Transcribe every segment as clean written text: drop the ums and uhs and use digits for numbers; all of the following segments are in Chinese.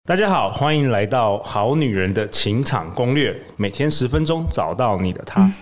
大家好，欢迎来到《好女人的情场攻略》，每天10分钟，找到你的他。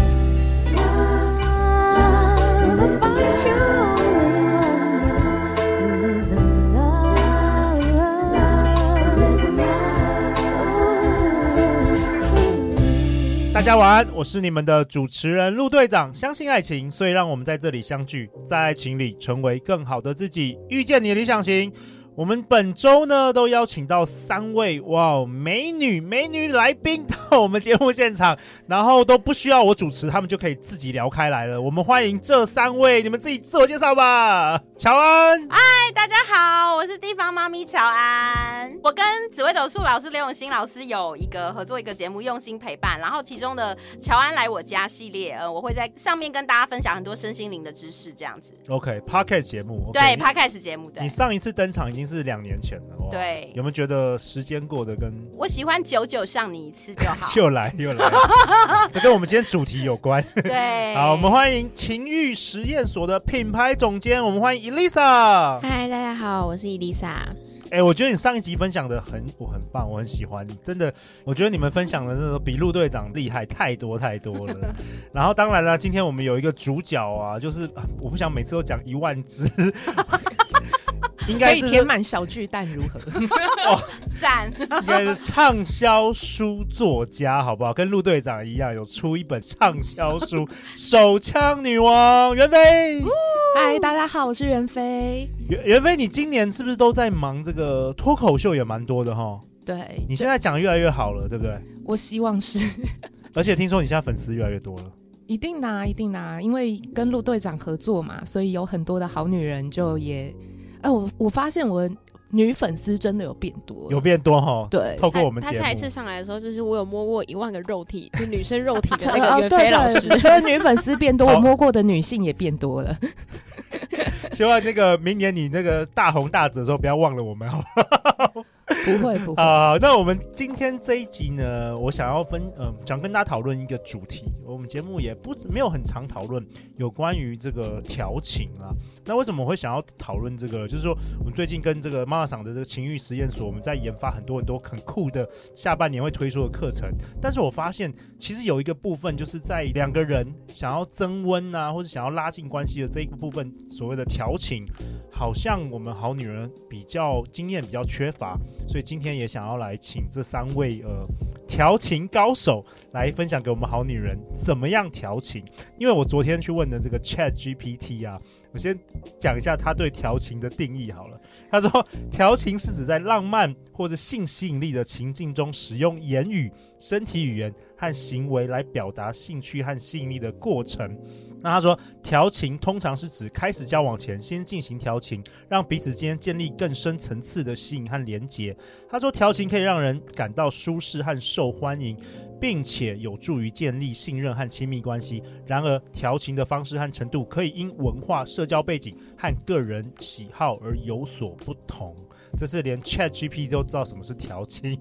大家晚安，我是你们的主持人陆队长。相信爱情，所以让我们在这里相聚，在爱情里成为更好的自己，遇见你的理想型。我们本周呢都邀请到3位美女来宾到我们节目现场，然后都不需要我主持，他们就可以自己聊开来了。我们欢迎这3位，你们自己自我介绍吧。乔安， 嗨，大家好，我是地方妈咪乔安。我跟紫微斗数老师刘永新老师有合作一个节目，用心陪伴，然后其中的乔安来我家系列，我会在上面跟大家分享很多身心灵的知识，这样子。 OK，Podcast 节目， 对 ，Podcast 节目，对。 你上一次登场已经是2年前了， 对。 有没有觉得时间过得跟…… 我喜欢久久上你一次就好。 又来，这跟我们今天主题有关。 对。 好，我们欢迎情欲实验所的品牌总监，我们欢迎 Elisa。 嗨，大家好，我是 Elisa。 我觉得你上一集分享的我很棒，我很喜欢你，真的，我觉得你们分享的那个比陆队长厉害太多了。然后当然了，今天我们有一个主角啊，就是我不想每次都讲1万支。应该是可以填满小巨蛋如何？ 赞！ 应该是畅销书作家，好不好？跟陆队长一样，有出一本畅销书《手枪女王》袁飞。 嗨，大家好，我是袁飞。 袁飞，你今年是不是都在忙这个脱口秀，也蛮多的哈？ 对， 你现在讲越来越好了，对不对？ 我希望是。 而且听说你现在粉丝越来越多了。 一定的，因为跟陆队长合作嘛，所以有很多的好女人就也。我发现我女粉丝真的有变多， 哈。对，透过我们节目， 他下一次上来的时候，就是我有摸过1万个肉体，就女生肉体的那个袁飞老师。 除了女粉丝变多，我摸过的女性也变多了。 希望那个明年你那个大红大紫的时候，不要忘了我们，好不好？ 不会那我们今天这一集呢，我想要想跟大家讨论一个主题。我们节目也没有很常讨论有关于这个调情啊。那为什么我会想要讨论这个？就是说，我们最近跟这个妈妈桑的这个情欲实验所，我们在研发很多很酷的下半年会推出的课程。但是我发现，其实有一个部分，就是在2个人想要增温啊，或者想要拉近关系的这一个部分，所谓的调情，好像我们好女人经验比较缺乏。所以今天也想要来请这3位调情高手来分享给我们好女人怎么样调情。因为我昨天去问的这个 ChatGPT 啊，我先讲一下他对调情的定义好了。他说，调情是指在浪漫或者性吸引力的情境中，使用言语、身体语言和行为来表达兴趣和吸引力的过程。那他说，调情通常是指开始交往前先进行调情，让彼此间建立更深层次的吸引和连结。他说，调情可以让人感到舒适和受欢迎，并且有助于建立信任和亲密关系。然而，调情的方式和程度可以因文化、社交背景和个人喜好而有所不同。这是连 ChatGPT 都知道什么是调情。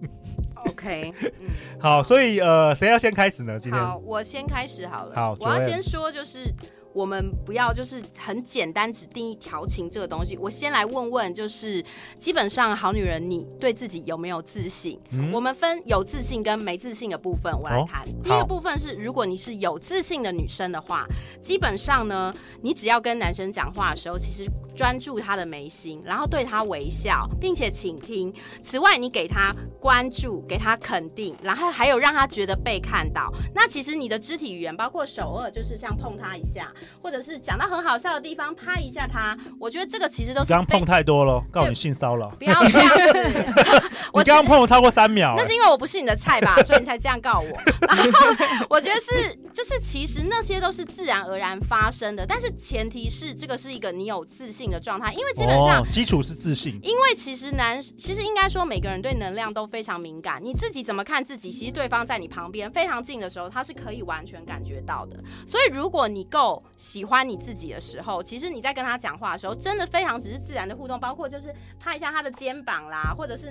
OK， 好，所以谁要先开始呢？今天好，我先开始好了。 好， 我要先说就是。我们不要就是很简单只定义调情这个东西。我先来问，就是基本上好女人，你对自己有没有自信？我们分有自信跟没自信的部分，我来谈。第一个部分是，如果你是有自信的女生的话，基本上呢，你只要跟男生讲话的时候，其实专注他的眉心，然后对他微笑，并且倾听。此外，你给他关注，给他肯定，然后还有让他觉得被看到。那其实你的肢体语言，包括手耳，就是像碰他一下。或者是讲到很好笑的地方拍一下他，我觉得这个其实都是刚碰太多了，告诉你性骚扰。 不要这样子， 你刚刚碰了超过3秒， 那是因为我不是你的菜吧，所以你才这样告我。然后我觉得就是其实那些都是自然而然发生的，但是前提是这个是一个你有自信的状态，因为基本上基础是自信。因为其实应该说每个人对能量都非常敏感，你自己怎么看自己，其实对方在你旁边非常近的时候，他是可以完全感觉到的。所以如果你够喜欢你自己的时候，其实你在跟他讲话的时候，真的非常只是自然的互动，包括就是拍一下他的肩膀啦，或者是拿拳头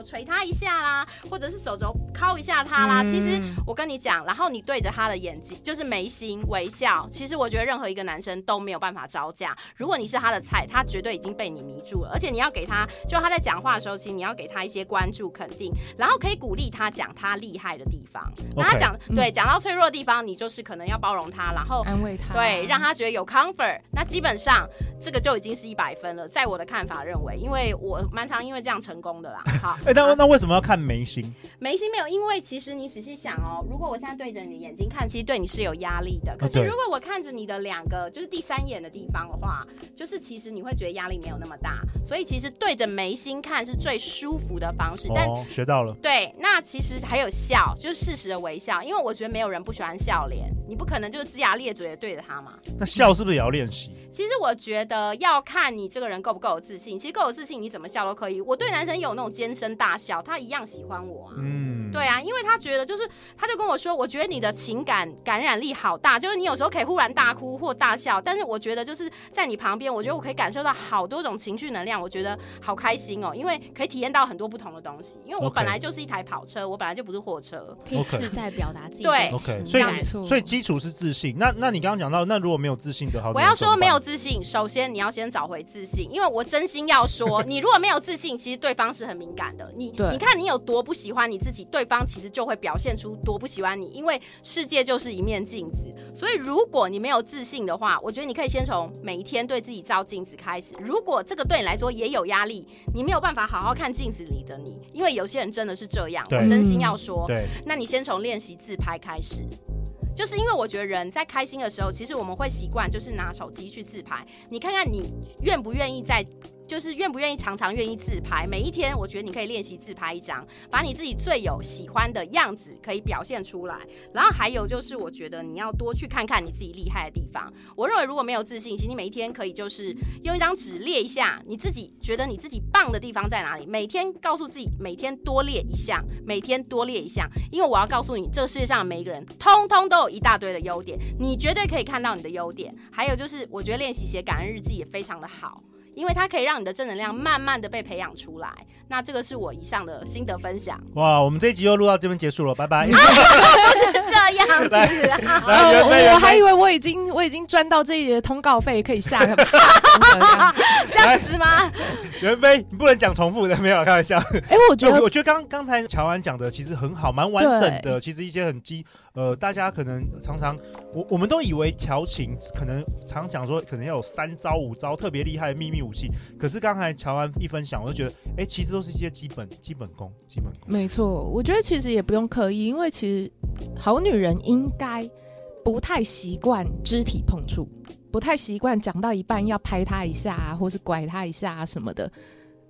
捶他一下啦，或者是手肘敲一下他啦。其实我跟你讲，然后你对着他的眼睛就是眉心微笑，其实我觉得任何一个男生都没有办法招架。如果你是他的菜，他绝对已经被你迷住了，而且你要给他，就他在讲话的时候，其实你要给他一些关注肯定，然后可以鼓励他讲他厉害的地方。那他讲对讲到脆弱的地方，你就是可能要包容他，然后安慰他， 对，让他觉得有 comfort。那基本上这个就已经是100分了，在我的看法认为，因为我蛮常因为这样成功的啦。好， 那为什么要看眉心？ 眉心没有，因为其实你仔细想哦，如果我现在对着你的眼睛看，其实对你是有压力的。可是如果我看着你的2个就是第3眼的地方的话，就是其实你会觉得压力没有那么大。所以其实对着眉心看是最舒服的方式。但学到了。 对，那其实还有笑，就是适时的微笑，因为我觉得没有人不喜欢笑脸，你不可能就是龇牙咧嘴的对着他嘛。 那笑是不是也要练习？ 其实我觉得要看你这个人够不够有自信。其实够有自信，你怎么笑都可以。我对男生有那种尖声大笑，他一样喜欢我啊。对啊，因为他觉得就是他就跟我说，我觉得你的情感感染力好大，就是你有时候可以忽然大哭或大笑，但是我觉得就是在你旁边，我觉得我可以感受到好多种情绪能量，我觉得好开心哦，因为可以体验到很多不同的东西。因为我本来就是一台跑车，我本来就不是货车， 可以自在表达自己的情感。 所以基础是自信。那你刚刚讲到，那如果没有自信的好， 我要说没有自信，首先你要先找回自信，因为我真心要说，你如果没有自信，其实对方是很敏感的。你看你有多不喜欢你自己，对方其实就会表现出多不喜欢你，因为世界就是一面镜子。所以如果你没有自信的话，我觉得你可以先从每一天对自己照镜子开始。如果这个对你来说也有压力，你没有办法好好看镜子里的你，因为有些人真的是这样，我真心要说，那你先从练习自拍开始。就是因为我觉得人在开心的时候，其实我们会习惯就是拿手机去自拍。你看看你愿不愿意就是愿不愿意常常愿意自拍？每一天，我觉得你可以练习自拍一张，把你自己最有喜欢的样子可以表现出来。然后还有就是，我觉得你要多去看看你自己厉害的地方。我认为如果没有自信，其实你每一天可以就是用一张纸列一下你自己觉得你自己棒的地方在哪里。每天告诉自己，每天多列一项，每天多列一项。因为我要告诉你，这个世界上的每一个人，通通都有一大堆的优点，你绝对可以看到你的优点。还有就是，我觉得练习写感恩日记也非常的好。因为它可以让你的正能量慢慢的被培养出来。那这个是我以上的心得分享。 哇，我们这一集又录到这边结束了，拜拜。 不是这样子我还以为我已经赚到这一节的通告费，可以下这样子吗？ 袁飞，你不能讲重复的，没有开玩笑。 我觉得刚才乔安讲的其实很好，蛮完整的。其实一些很大家可能常常我们都以为调情可能常讲说可能要有3招5招特别厉害的秘密武器，可是刚才乔安一分享，我就觉得其实都是一些基本功。 没错，我觉得其实也不用刻意，因为其实好女人应该不太习惯肢体碰触，不太习惯讲到一半要拍她一下啊，或是拐她一下啊什么的。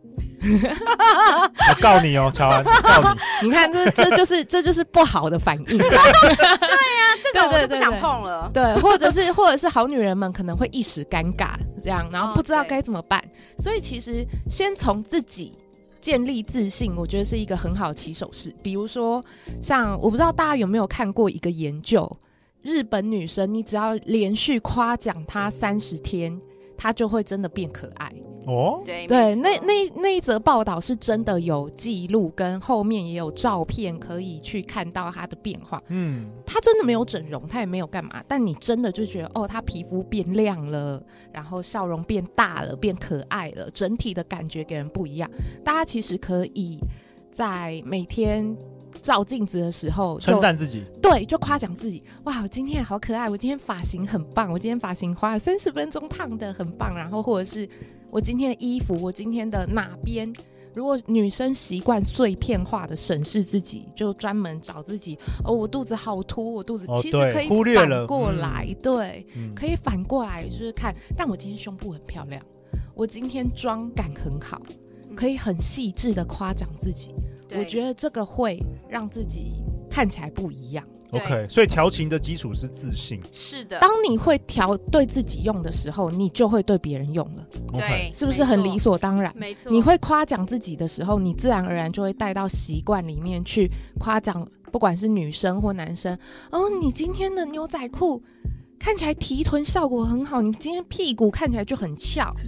我告你哦，乔安，告你！ 你看，这就是不好的反应。对呀，这种我就不想碰了。 对，或者是好女人们可能会一时尴尬，这样，然后不知道该怎么办。所以其实先从自己建立自信，我觉得是一个很好的起手式。比如说，像我不知道大家有没有看过一个研究，日本女生你只要连续夸奖她30天，她就会真的变可爱。对，那一则报道是真的有记录，跟后面也有照片可以去看到她的变化。她真的没有整容，她也没有干嘛，但你真的就觉得她皮肤变亮了，然后笑容变大了，变可爱了，整体的感觉给人不一样。大家其实可以在每天照镜子的时候称赞自己， 对，就夸奖自己。哇，我今天好可爱，我今天发型很棒，我今天发型花了30分钟烫的很棒，然后或者是我今天的衣服，我今天的哪边。如果女生习惯碎片化的审视自己，就专门找自己我肚子好凸，我肚子其实可以反过来，对，可以反过来就是看，但我今天胸部很漂亮，我今天妆感很好，可以很细致的夸奖自己。我觉得这个会让自己看起来不一样。 OK， 所以调情的基础是自信。 是的， 当你会调对自己用的时候，你就会对别人用了。 对， 是不是很理所当然？ 没错， 你会夸奖自己的时候，你自然而然就会带到习惯里面去夸奖，不管是女生或男生。你今天的牛仔裤看起来提臀效果很好，你今天屁股看起来就很翘。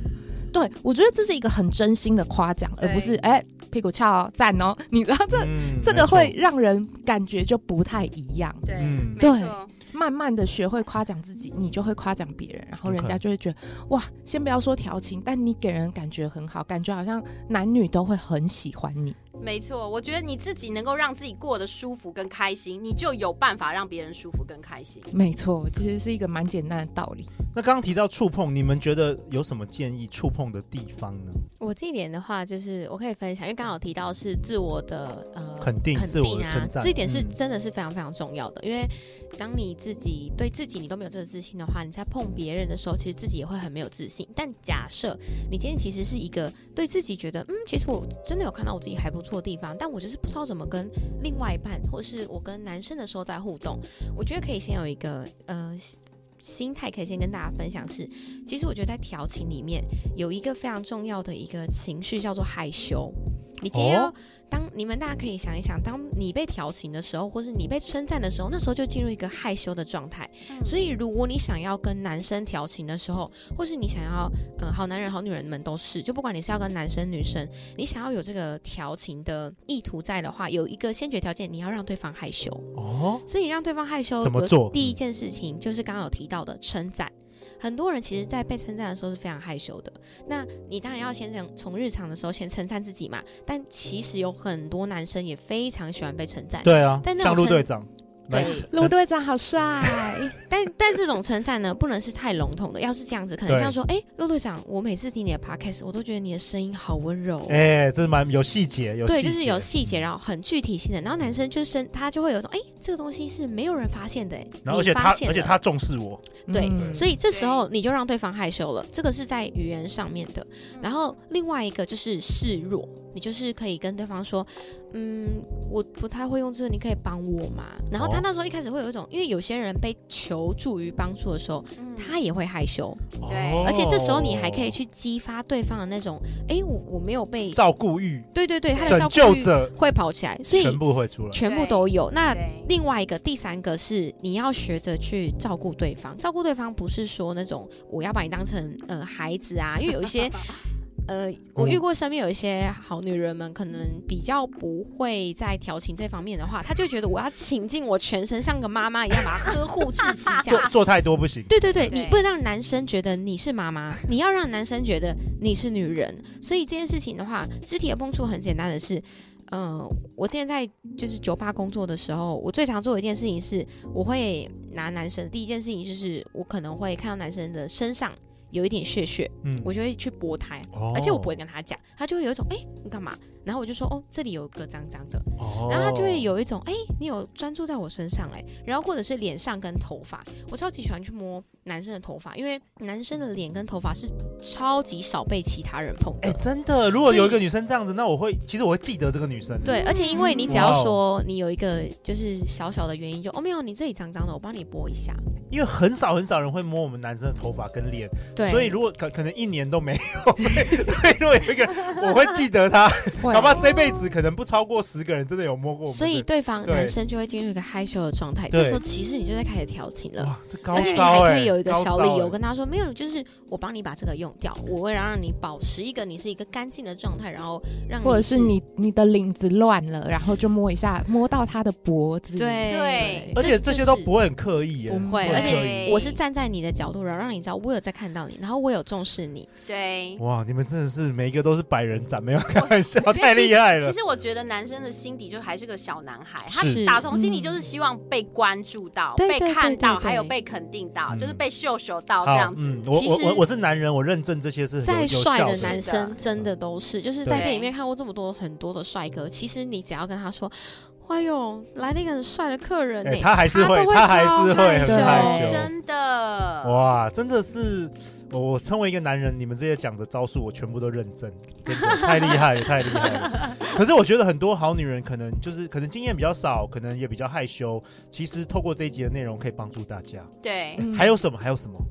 对，我觉得这是一个很真心的夸奖，而不是屁股翘哦，赞哦，你知道这个会让人感觉就不太一样。 对， 对，慢慢的学会夸奖自己，你就会夸奖别人，然后人家就会觉得哇，先不要说调情，但你给人感觉很好，感觉好像男女都会很喜欢你。 没错，我觉得你自己能够让自己过得舒服跟开心，你就有办法让别人舒服跟开心。 没错，其实是一个蛮简单的道理。 那刚刚提到触碰，你们觉得有什么建议触碰的地方呢？ 我这一点的话，就是我可以分享，因为刚好提到是自我的肯定自我的称赞， 这一点是真的是非常非常重要的。因为当你自己对自己你都没有这个自信的话，你在碰别人的时候，其实自己也会很没有自信。但假设你今天其实是一个对自己觉得其实我真的有看到我自己还不错的地方，但我就是不知道怎么跟另外一半，或是我跟男生的时候在互动，我觉得可以先有一个心态可以先跟大家分享是，其实我觉得在调情里面有一个非常重要的一个情绪叫做害羞。你今天当你们大家可以想一想，当你被调情的时候，或是你被称赞的时候，那时候就进入一个害羞的状态。所以如果你想要跟男生调情的时候，或是你想要好男人好女人们都是，就不管你是要跟男生女生，你想要有这个调情的意图在的话，有一个先决条件，你要让对方害羞。所以让对方害羞怎么做？ 第一件事情就是刚刚有提到的称赞。很多人其实在被称赞的时候是非常害羞的，那你当然要先从日常的时候先称赞自己嘛，但其实有很多男生也非常喜欢被称赞。 对啊， 但像陆队长， 对， 陆队长好帅。 但这种称赞呢，不能是太笼统的。要是这样子，可能像说，陆队长，我每次听你的 podcast， 我都觉得你的声音好温柔。 这是蛮有细节， 对，就是有细节，然后很具体性的。然后男生他就会有种，这个东西是没有人发现的， 然后而且他重视我。 对，所以这时候你就让对方害羞了，这个是在语言上面的。然后另外一个就是示弱，你就是可以跟对方说，我不太会用这个，你可以帮我吗？然后他那时候一开始会有一种，因为有些人被求助于帮助的时候，他也会害羞。 对， 而且这时候你还可以去激发对方的那种，我没有被照顾欲， 对，他的照顾欲会跑起来，所以全部会出来， 全部都有。那另外一个第三个是你要学着去照顾对方，照顾对方不是说那种我要把你当成孩子啊，因为有一些。我遇过身边有一些好女人们，可能比较不会在调情这方面的话，她就觉得我要倾尽我全身，像个妈妈一样把她呵护至极，这样做太多不行。 对，你不能让男生觉得你是妈妈，你要让男生觉得你是女人。所以这件事情的话，肢体的碰触很简单的是，我之前在就是酒吧工作的时候，我最常做的一件事情是，我会拿男生第一件事情就是我可能会看到男生的身上有一点血，我就会去拨他，而且我不会跟他讲，他就会有一种你干嘛？然后我就说这里有个脏脏的，然后他就会有一种你有专注在我身上然后或者是脸上跟头发，我超级喜欢去摸男生的头发，因为男生的脸跟头发是超级少被其他人碰的。 真的，如果有一个女生这样子，那我会记得这个女生。 对，而且因为你只要说你有一个就是小小的原因，就没有你这里脏脏的，我帮你拨一下。 因为很少人会摸我们男生的头发跟脸， 对， 所以如果可能1年都没有，所以如果有一个我会记得他，搞不好这辈子可能不超过10个人真的有摸过我们， 所以对方男生就会进入一个害羞的状态，这时候其实你就在开始调情了。 哇，这高招而且你还可以有一个小理由跟他说，没有，就是我帮你把这个用掉，我会让你保持一个你是一个干净的状态，然后让你或者是你的领子乱了，然后就摸一下，摸到他的脖子。 对， 而且这些都不会很刻意耶， 不会，而且我是站在你的角度，然后让你知道我有在看到你，然后我有重视你。 对， 哇，你们真的是每一个都是百人斩，没有开玩笑，太厉害了。 其实我觉得男生的心底就还是个小男孩，他打从心里就是希望被关注到、被看到，还有被肯定到，就是被秀秀到这样子。 我是男人，我认证这些是再帅的男生真的都是，就是在电影里面看过这么多很多的帅哥，其实你只要跟他说。哎呦，来了一个很帅的客人他还是会很害羞， 真的。 哇，真的是我身为一个男人，你们这些讲的招数我全部都认真，真的太厉害了，太厉害了。可是我觉得很多好女人可能经验比较少，可能也比较害羞。其实透过这一集的内容可以帮助大家。 对， 还有什么？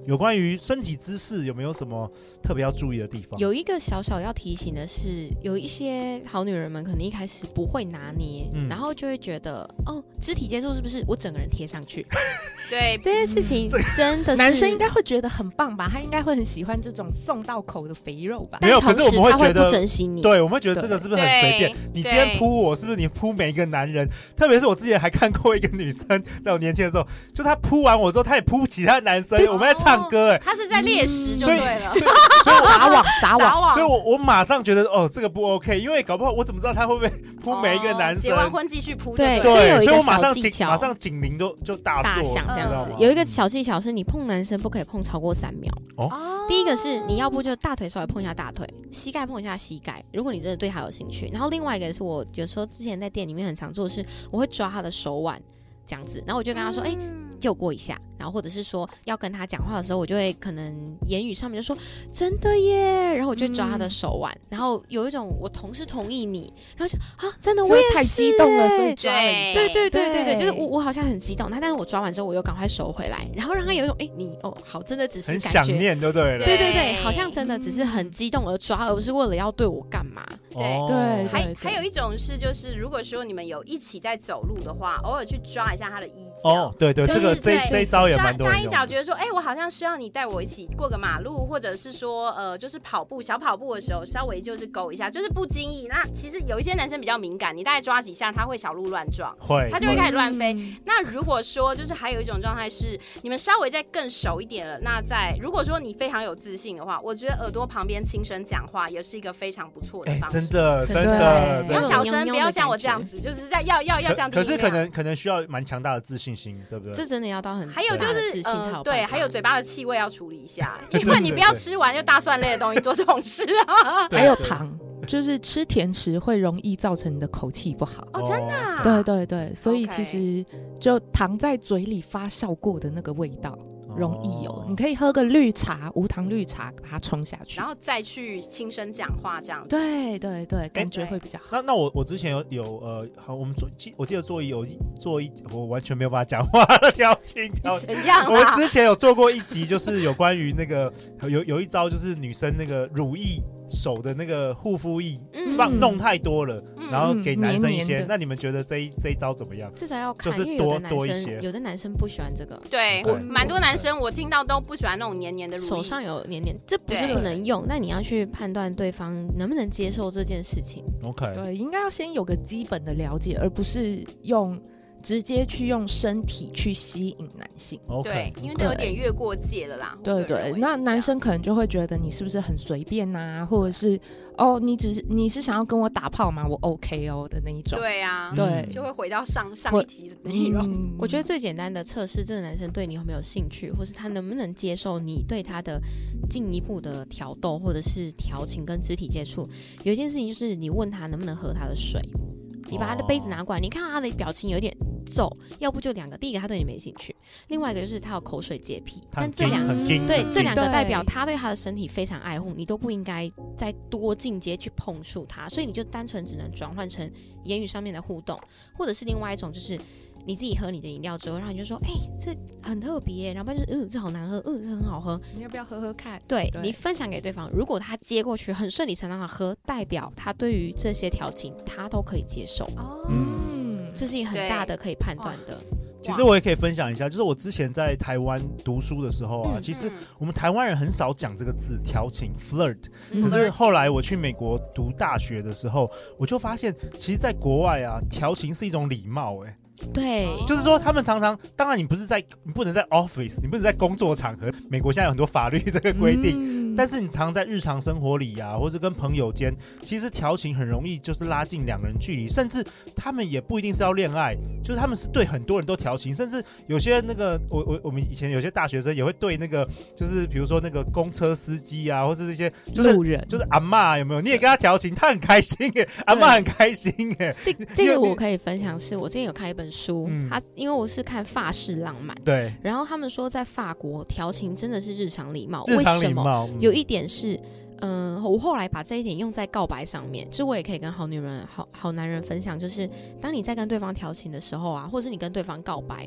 有关于身体姿势有没有什么特别要注意的地方？ 有一个小小要提醒的是，有一些好女人们可能一开始不会拿捏，然后就会觉得肢体接触是不是我整个人贴上去？ 对， 这件事情真的是男生应该会觉得很棒吧？他应该会很喜欢这种送到口的肥肉吧？ 没有，可是我们会觉得不珍惜你。 对，我们会觉得这个是不是很随便？你今天扑我，是不是你扑每一个男人？特别是我之前还看过一个女生，在我年轻的时候，就她扑完我之后，她也扑其他男生。我们在唱歌， 她是在猎食就对了， 所以我撒网， 所以我马上觉得这个不 OK， 因为搞不好我怎么知道她会不会扑每一个男生？ 结完婚继续扑， 对， 所以我马上警铃就大响这样子。有一个小技巧是，你碰男生不可以碰超过3秒。第一个是你要不就大腿稍微碰一下大腿，膝盖碰一下膝盖，如果你真的对他有兴趣。然后另外一个是我有时候之前在店里面很常做的是，我会抓他的手腕这样子，然后我就跟他说，借我过一下。然后或者是说要跟他讲话的时候，我就会可能言语上面就说真的耶，然后我就抓他的手腕，然后有一种我同事同意你，然后就真的我也是太激动了，所以抓了一下。 对，就是我好像很激动，但是我抓完之后我又赶快收回来，然后让他有一种你好，真的只是很感觉想念，对不对？ 对，好像真的只是很激动而抓，而不是为了要对我干嘛。 对，还有一种是就是如果说你们有一起在走路的话，偶尔去抓一下他的衣角。 对，这一招也蛮多人用。 抓衣角，觉得说我好像需要你带我一起过个马路，或者是说就是小跑步的时候稍微就是勾一下，就是不经意。那其实有一些男生比较敏感，你大概抓几下他会小鹿乱撞，他就会开始乱飞。那如果说就是还有一种状态是你们稍微再更熟一点了，那如果说你非常有自信的话，我觉得耳朵旁边轻声讲话也是一个非常不错的方式。 真的不要小声，不要像我这样子，就是要这样。 可是可能需要蛮强大的自信心，对不对？ 这真的要到很还有就是自信才有对，还有嘴巴的气味要处理一下，因为你不要吃完就大蒜类的东西做这种事啊。 还有糖，就是吃甜食会容易造成你的口气不好。 真的？ 对，所以其实就糖在嘴里发酵过的那个味道。容易有，你可以喝个绿茶，无糖绿茶，把它冲下去， 然后再去轻声讲话，这样子。 对，感觉会比较好。 那我之前有我们我记得做一我完全没有办法讲话的调情， 怎样？ 我之前有做过一集，就是有关于那个有一招，就是女生那个乳液手的那个护肤液弄太多了，然后给男生一些。那你们觉得这一招怎么样？ 至少要看， 就是多一些。 有的男生不喜欢这个， 对，蛮多男生我听到都不喜欢那种黏黏的乳液， 手上有黏黏，这不是不能用，那你要去判断对方能不能接受这件事情。 OK， 对，应该要先有个基本的了解，而不是直接去用身体去吸引男性。 对，因为这有点越过界了啦。 对，那男生可能就会觉得你是不是很随便啊，或者是你是想要跟我打炮吗？我 OK 的那一种。 对啊， 对， 就会回到上一题的内容。 我觉得最简单的测试，这个男生对你有没有兴趣，或是他能不能接受你对他的进一步的挑逗，或者是调情跟肢体接触。有一件事情就是你问他能不能喝他的水。你把他的杯子拿过来，你看到他的表情有点皱，要不就2个，第一个他对你没兴趣，另外一个就是他有口水洁癖，但这两个代表他对他的身体非常爱护，你都不应该再多进阶去碰触他，所以你就单纯只能转换成言语上面的互动，或者是另外一种就是你自己喝你的饮料之后，然后你就说这很特别，然后就是这好难喝，这很好喝， 你要不要喝喝看？ 对，你分享给对方，如果他接过去很顺理成章的喝，代表他对于这些调情他都可以接受。这是一个很大的可以判断的。 其实我也可以分享一下，就是我之前在台湾读书的时候啊，其实我们台湾人很少讲这个字调情 flirt，可是后来我去美国读大学的时候，我就发现其实在国外啊，调情是一种礼貌。 对， 就是说他们常常，当然你不能在 office， 你不能在工作场合，美国现在有很多法律这个规定，但是你常在日常生活里啊，或者跟朋友间，其实调情很容易就是拉近2个人距离，甚至他们也不一定是要恋爱，就是他们是对很多人都调情，甚至有些那个我们以前有些大学生也会对那个就是比如说那个公车司机啊，或者这些就是路人， 就是阿嬷有没有？你也跟他调情，他很开心阿嬷很开心这个我可以分享，是我之前有看一本书，因为我是看法式浪漫， 对， 然后他们说在法国调情真的是日常礼貌， 为什么？有一点是，我后来把这一点用在告白上面，就是我也可以跟好女人、好男人分享，就是当你在跟对方调情的时候啊，或是你跟对方告白，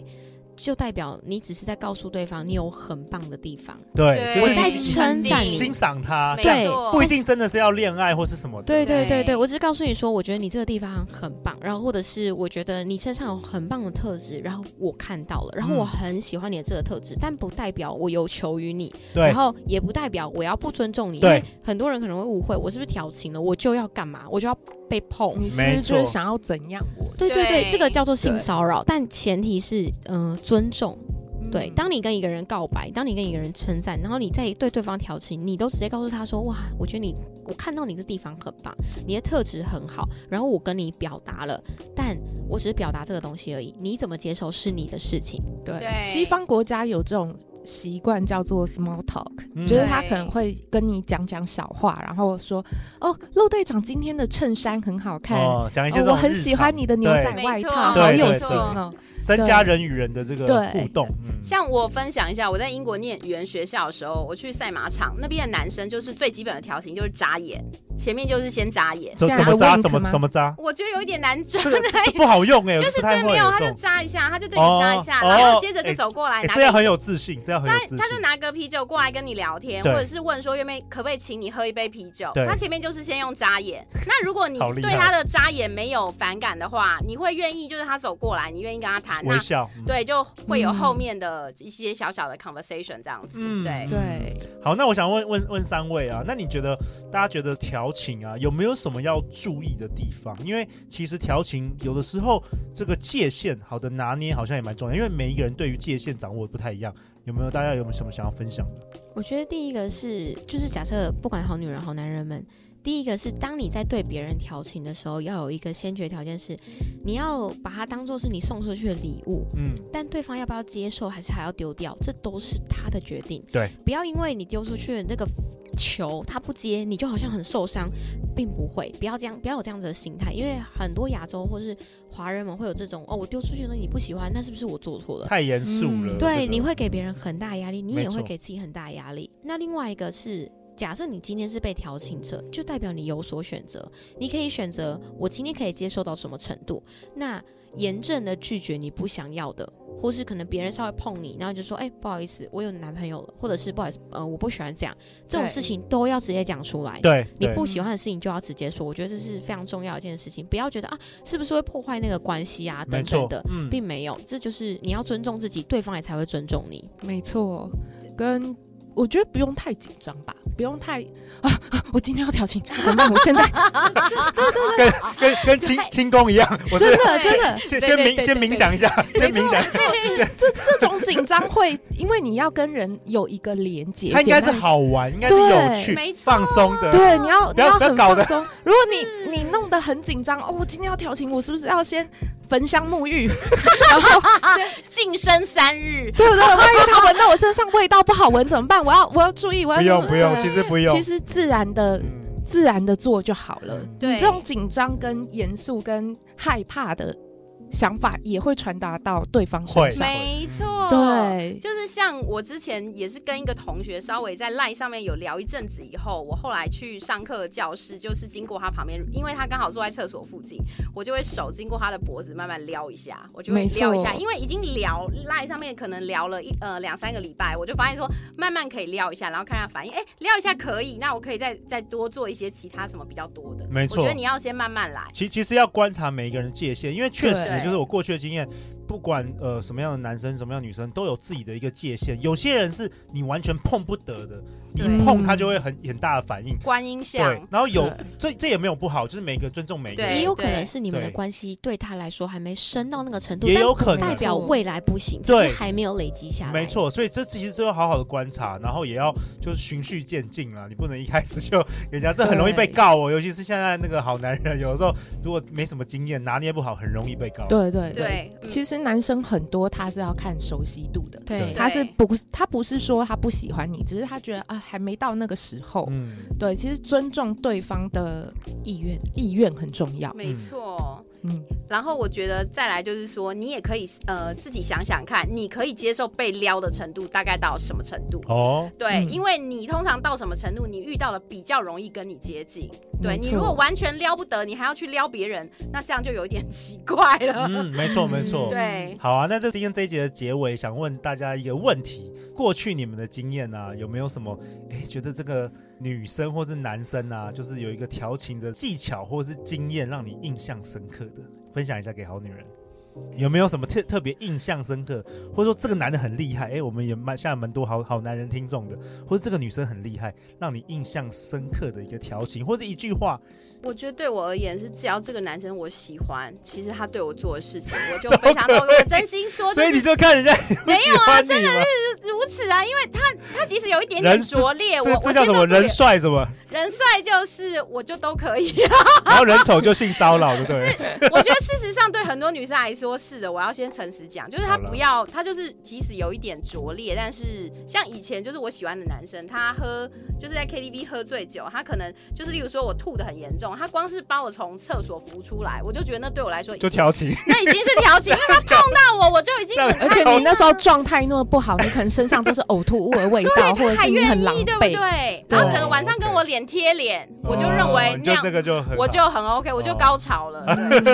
就代表你只是在告诉对方你有很棒的地方， 对， 我在称赞你， 欣赏他， 对， 不一定真的是要恋爱或是什么的。 对对对对，我只是告诉你说，我觉得你这个地方很棒，然后或者是我觉得你身上有很棒的特质，然后我看到了，然后我很喜欢你的这个特质，但不代表我有求于你，然后也不代表我要不尊重你，因为很多人可能会误会，我是不是调情了，我就要干嘛，我就要被碰， 你是不是就是想要怎样我？ 对对对，这个叫做性骚扰，但前提是尊重。对，当你跟一个人告白，当你跟一个人称赞，然后你再对对方调情，你都直接告诉他说，哇，我觉得我看到你这地方很棒，你的特质很好，然后我跟你表达了，但我只是表达这个东西而已，你怎么接受是你的事情。 对，西方国家有这种习惯叫做 small talk，就是他可能会跟你讲小话，然后说，哦，陆队长今天的衬衫很好看， 讲一些我很喜欢你的牛仔外套，好有型哦。 增加人与人的这个互动。 像我分享一下，我在英国念语言学校的时候，我去赛马场那边的男生，就是最基本的调情就是眨眼，前面就是先眨眼。 怎么眨？怎么眨？ 我觉得有一点难抓， 这不好用哎， 就是对没有，他就眨一下，他就对你眨一下，然后接着就走过来， 这样很有自信，这样很有自信。 他就拿个啤酒过来跟你聊天，或者是问说可不可以请你喝一杯啤酒。他前面就是先用眨眼。那如果你对他的眨眼没有反感的话，你会愿意就是他走过来，你愿意跟他谈微笑， 对，就会有后面的一些小小的 conversation 这样子。 对。 好，那我想问三位啊，那你觉得大家觉得调情啊有没有什么要注意的地方？因为其实调情有的时候这个界限好的拿捏好像也蛮重要，因为每一个人对于界限掌握不太一样。大家有没有什么想要分享的？ 我觉得第一个是，就是假设不管好女人好男人们，第一个是当你在对别人调情的时候，要有一个先决条件是，你要把它当作是你送出去的礼物，但对方要不要接受还是还要丢掉，这都是他的决定。 对， 不要因为你丢出去的那个球他不接，你就好像很受伤，并不会，不要有这样子的心态，因为很多亚洲或是华人们会有这种我丢出去的你不喜欢，那是不是我做错了？ 太严肃了。 对，你会给别人很大压力，你也会给自己很大压力。那另外一个是，假设你今天是被调情者，就代表你有所选择，你可以选择我今天可以接受到什么程度，那严正的拒绝你不想要的，或是可能别人稍微碰你，然后就说不好意思我有男朋友了，或者是不好意思我不喜欢这样，这种事情都要直接讲出来。 对， 你不喜欢的事情就要直接说，我觉得这是非常重要的一件事情，不要觉得是不是会破坏那个关系啊等等的，并没有，这就是你要尊重自己，对方也才会尊重你。 没错，跟我觉得不用太紧张吧，不用太我今天要调情怎么办？我现在跟轻功一样，我真的先冥想一下，先冥想。 这种紧张会因为你要跟人有一个连结， 它应该是好玩，应该是有趣、放松的。 对，你要很搞得放松。如果你弄得很紧张，我今天要调情，我是不是要先焚香沐浴，然后净身3日？ 对不对？万一他闻到我身上味道不好闻怎么办？我要注意， 不用，其实不用， 其实自然的做就好了。你这种紧张、跟严肃、跟害怕的想法也会传达到对方身上。 没错， 对， 就是像我之前也是跟一个同学稍微在 LINE 上面有聊一阵子以后，我后来去上课的教室，就是经过他旁边，因为他刚好坐在厕所附近，我就会手经过他的脖子慢慢撩一下，我就会撩一下，因为已经聊 LINE 上面可能聊了2-3个礼拜，我就发现说慢慢可以撩一下，然后看他反应，撩一下可以，那我可以再多做一些其他什么比较多的。 没错， 我觉得你要先慢慢来。 其实要观察每一个人的界限，因为确实就是我过去的经验。不管什么样的男生什么样的女生都有自己的一个界限，有些人是你完全碰不得的，你一碰他就会很大的反应， 观音像。 对，然后这也没有不好，就是每个尊重每个人。 也有可能是你们的关系对他来说还没升到那个程度， 也有可能代表未来不行，只是还没有累积下来。 没错，所以这其实都要好好的观察，然后也要就是循序渐进啊，你不能一开始就人家这很容易被告哦，尤其是现在那个好男人，有的时候如果没什么经验，拿捏不好，很容易被告。 对，其实男生很多他是要看熟悉度的， 对， 他不是说他不喜欢你，只是他觉得还没到那个时候。对，其实尊重对方的意愿很重要。 没错。 然后我觉得再来就是说，你也可以自己想想看，你可以接受被撩的程度大概到什么程度？哦，对，因为你通常到什么程度，你遇到了比较容易跟你接近。对，你如果完全撩不得，你还要去撩别人，那这样就有一点奇怪了。 没错没错。 对， 好啊，那这今天这一节的结尾，想问大家一个问题：过去你们的经验啊，有没有什么觉得这个女生或是男生啊，就是有一个调情的技巧或是经验，让你印象深刻的？分享一下给好女人，有没有什么特别印象深刻，或者说这个男的很厉害，我们也现在蛮多好男人听众的，或者这个女生很厉害，让你印象深刻的一个调情，或者一句话。 我觉得对我而言是，只要这个男生我喜欢，其实他对我做的事情，我就非常我真心说、 所以你就看人家没有啊，真的是如此啊，因为他其实有一点点拙劣， 这叫什么？人帅什么？ 人帅就是我就都可以， 然后人丑就性骚扰，对不对？ 我觉得事实上对很多女生来说是的，我要先诚实讲，就是他不要，他就是即使有一点拙劣，但是像以前就是我喜欢的男生，他就是在 KTV 喝醉酒，他可能就是例如说我吐得很严重，他光是把我从厕所扶出来，我就觉得那对我来说就调情， 那已经是调情，因为他碰到我就已经很开心， 而且你那时候状态那么不好，你可能身上都是呕吐物的味道，或者是你很狼狽， 对不对？然后整个晚上跟我脸贴脸，我就认为那样我就很 OK， 我就高潮了。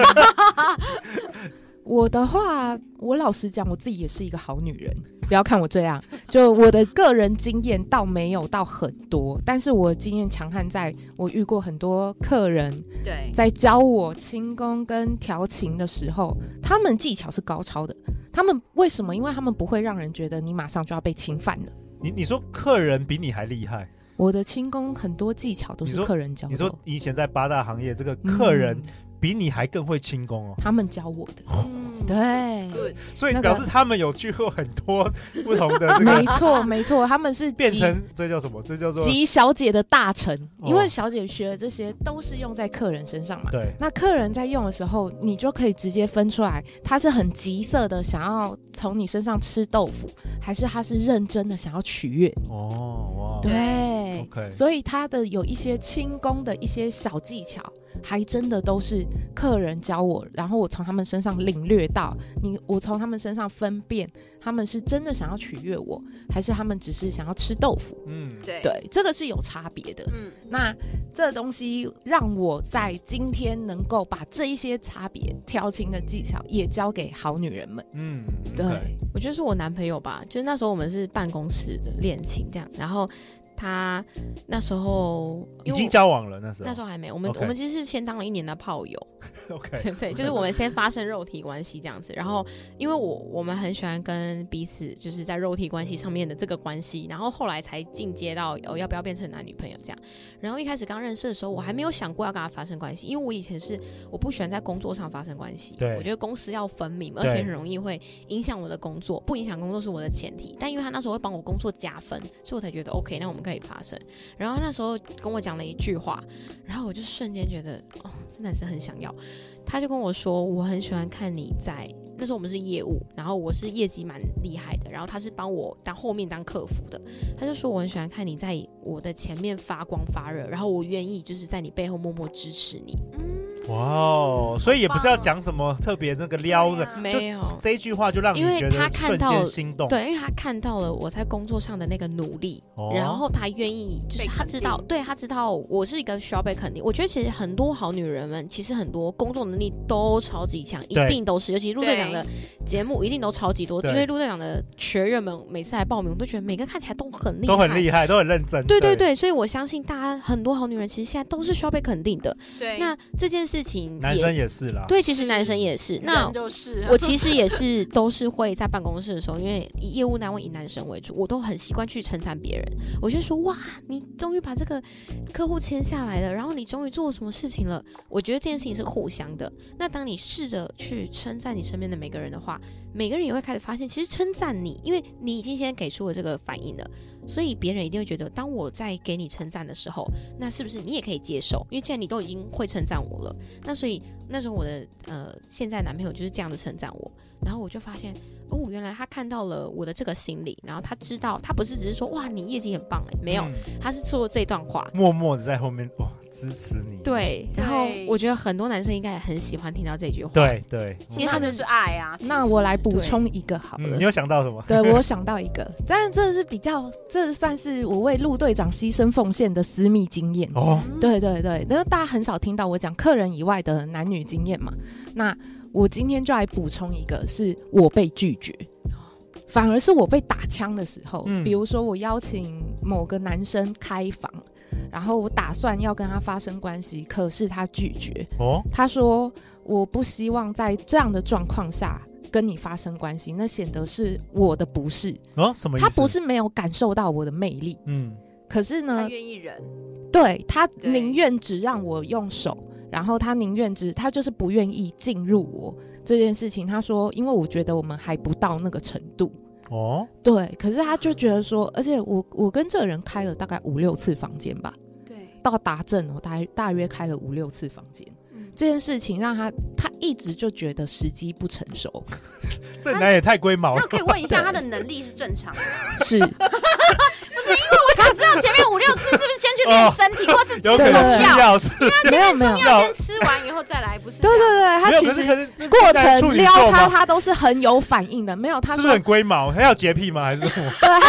我的话，我老实讲，我自己也是一个好女人，不要看我这样。就我的个人经验倒没有到很多，但是我经验强悍在我遇过很多客人， 对， 在教我轻功跟调情的时候，他们技巧是高超的。他们为什么？因为他们不会让人觉得你马上就要被侵犯了。 你说客人比你还厉害？ 我的轻功很多技巧都是客人教的。 你说以前在八大行业，这个客人比你还更会轻功哦， 他们教我的。对， 所以表示他们有去过很多不同的没错没错，他们是变成这叫什么？这叫做集小姐的大成，因为小姐学的这些都是用在客人身上嘛。 对， 那客人在用的时候，你就可以直接分出来，他是很急色的想要从你身上吃豆腐，还是他是认真的想要取悦你。哇，对， okay， 所以他的有一些轻功的一些小技巧，还真的都是客人教我，然后我从他们身上领略到，我从他们身上分辨他们是真的想要取悦我，还是他们只是想要吃豆腐。对，这个是有差别的。那这东西让我在今天能够把这一些差别调情的技巧也教给好女人们。对， 我觉得是我男朋友吧，就是那时候我们是办公室的恋情这样，然后他那时候已经交往了，那时候还没，我们其实是先当了1年的炮友。 OK， 对，就是我们先发生肉体关系这样子，然后因为我们很喜欢跟彼此就是在肉体关系上面的这个关系，然后后来才进阶到要不要变成男女朋友这样。然后一开始刚认识的时候，我还没有想过要跟他发生关系，因为我以前是我不喜欢在工作上发生关系，我觉得公私要分明，而且很容易会影响我的工作，不影响工作是我的前提。但因为他那时候会帮我工作加分，所以我才觉得 OK， 那我们可以发生。然后他那时候跟我讲了一句话，然后我就瞬间觉得这男生很想要。他就跟我说，我很喜欢看你在那时候我们是业务，然后我是业绩蛮厉害的，然后他是帮我后面当客服的。他就说我很喜欢看你在我的前面发光发热，然后我愿意就是在你背后默默支持你。 哇，所以也不是要讲什么特别那个撩的， 没有这一句话就让你觉得瞬间心动。 对，因为他看到了我在工作上的那个努力，然后他愿意，就是他知道，对，他知道我是一个需要被肯定。我觉得其实很多好女人们，其实很多工作能力都超级强，一定都是，尤其陆队长的节目一定都超级多，因为陆队长的学员们每次来报名，我都觉得每个看起来都很厉害， 都很厉害，都很认真。 对，所以我相信大家很多好女人其实现在都是需要被肯定的。 对， 那这件事情男生也是啦。 对，其实男生也是。那我其实也是都是会在办公室的时候，因为以业务单位以男生为主，我都很习惯去称赞别人。我就说哇，你终于把这个客户签下来了，然后你终于做了什么事情了。我觉得这件事情是互相的。那当你试着去称赞你身边的每个人的话，每个人也会开始发现，其实称赞你，因为你已经先给出了这个反应了，所以别人一定会觉得，当我在给你称赞的时候，那是不是你也可以接受？因为既然你都已经会称赞我了，那所以那时候我的现在男朋友就是这样的称赞我，然后我就发现原来他看到了我的这个心理，然后他知道他不是只是说哇你业绩很棒没有，他是说这段话， 默默的在后面支持你。 对，然后我觉得很多男生应该也很喜欢听到这句话。 对对， 因为他就是爱啊。 那我来补充一个好了。 你有想到什么？ 对，我有想到一个，当然这算是我为陆队长牺牲奉献的私密经验。对对对，因为大家很少听到我讲客人以外的男女经验嘛。那我今天就来补充一个，是我被拒绝。反而是我被打枪的时候，比如说我邀请某个男生开房，然后我打算要跟他发生关系，可是他拒绝。他说我不希望在这样的状况下跟你发生关系，那显得是我的不是。 什么意思？ 他不是没有感受到我的魅力，可是呢， 他愿意忍， 对，他宁愿只让我用手，然后他宁愿他就是不愿意进入我这件事情。他说因为我觉得我们还不到那个程度。对，可是他就觉得说，而且我跟这个人开了大概5-6次房间吧， 对， 到达阵大约开了5-6次房间，这件事情让他一直就觉得时机不成熟。 这男也太龟毛了。 那可以问一下他的能力是正常的吗？ 是不是因为我想知道前面5-6次是不是先去练身体，或是有可能吃药是？ 因为他前面中药先吃完以后再来，不是？ 对对对，他其实过程撩他都是很有反应的，没有他是不是很龟毛？他有洁癖吗？还是什么？ 对，他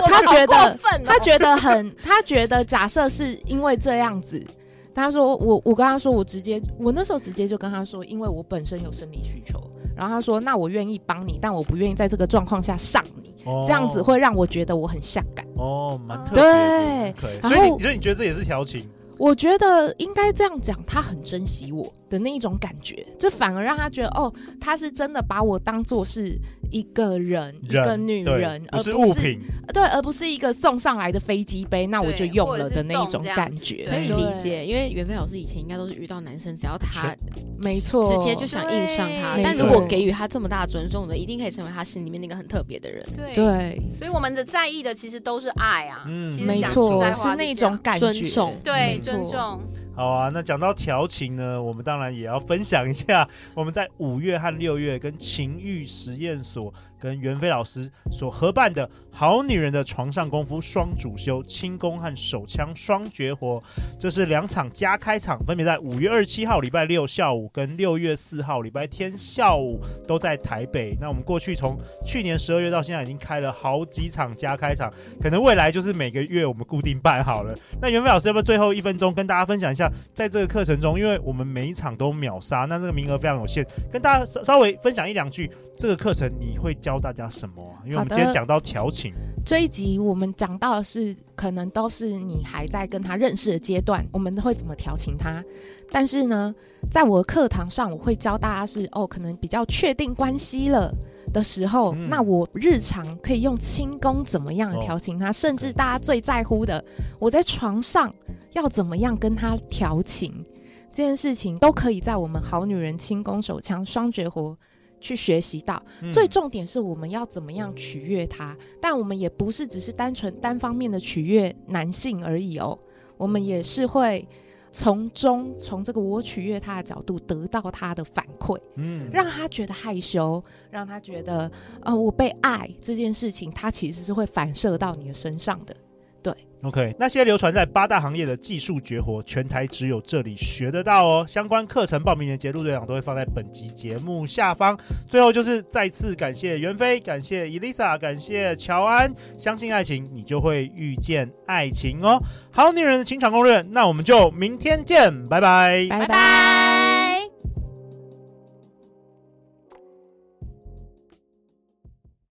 觉得假设是因为这样子。他说我跟他说我那时候直接就跟他说，因为我本身有生理需求，然后他说那我愿意帮你，但我不愿意在这个状况下上你，这样子会让我觉得我很下感。 蛮特别的。 对， 所以你觉得这也是调情？ 我觉得应该这样讲，他很珍惜我的那一种感觉，这反而让他觉得他是真的把我当作是一个人一个女人， 不是物品， 对，而不是一个送上来的飞机杯，那我就用了的那一种感觉。 可以理解，因为袁飞老师以前应该都是遇到男生，只要他没错直接就想硬上他，但如果给予他这么大的尊重的，一定可以成为他心里面那个很特别的人。 对， 所以我们的在意的其实都是爱啊， 没错，是那种感觉， 尊重， 对，尊重。 好啊，那讲到调情呢，我们当然也要分享一下我们在5月和6月跟情欲实验所跟袁飞老师所合办的好女人的床上功夫双主修，轻功和手枪双绝活。这是2场加开场，分别在5月27号礼拜六下午跟6月4号礼拜天下午都在台北。那我们过去从去年12月到现在已经开了好几场加开场，可能未来就是每个月我们固定办好了。那袁飞老师要不要最后1分钟跟大家分享一下，在这个课程中，因为我们每一场都秒杀，那这个名额非常有限，跟大家稍微分享1-2句，这个课程你会教大家什么啊？因为我们今天讲到调情， 这一集我们讲到的是可能都是你还在跟他认识的阶段，我们会怎么调情他。但是呢，在我的课堂上，我会教大家是可能比较确定关系了的时候，那我日常可以用轻功怎么样调情他，甚至大家最在乎的，我在床上要怎么样跟他调情，这件事情都可以在我们好女人轻功手枪双绝活去学习到。最重点是我们要怎么样取悦他，但我们也不是只是单纯单方面的取悦男性而已我们也是会从这个我取悦他的角度得到他的反馈，让他觉得害羞，让他觉得我被爱这件事情，他其实是会反射到你的身上的。对 ，OK， 那些流传在8大行业的技术绝活，全台只有这里学得到相关课程报名链接，陆队长都会放在本集节目下方。最后就是再次感谢袁飞，感谢 Elisa， 感谢乔安。相信爱情，你就会遇见爱情好女人的情场攻略，那我们就明天见，拜拜， 拜拜。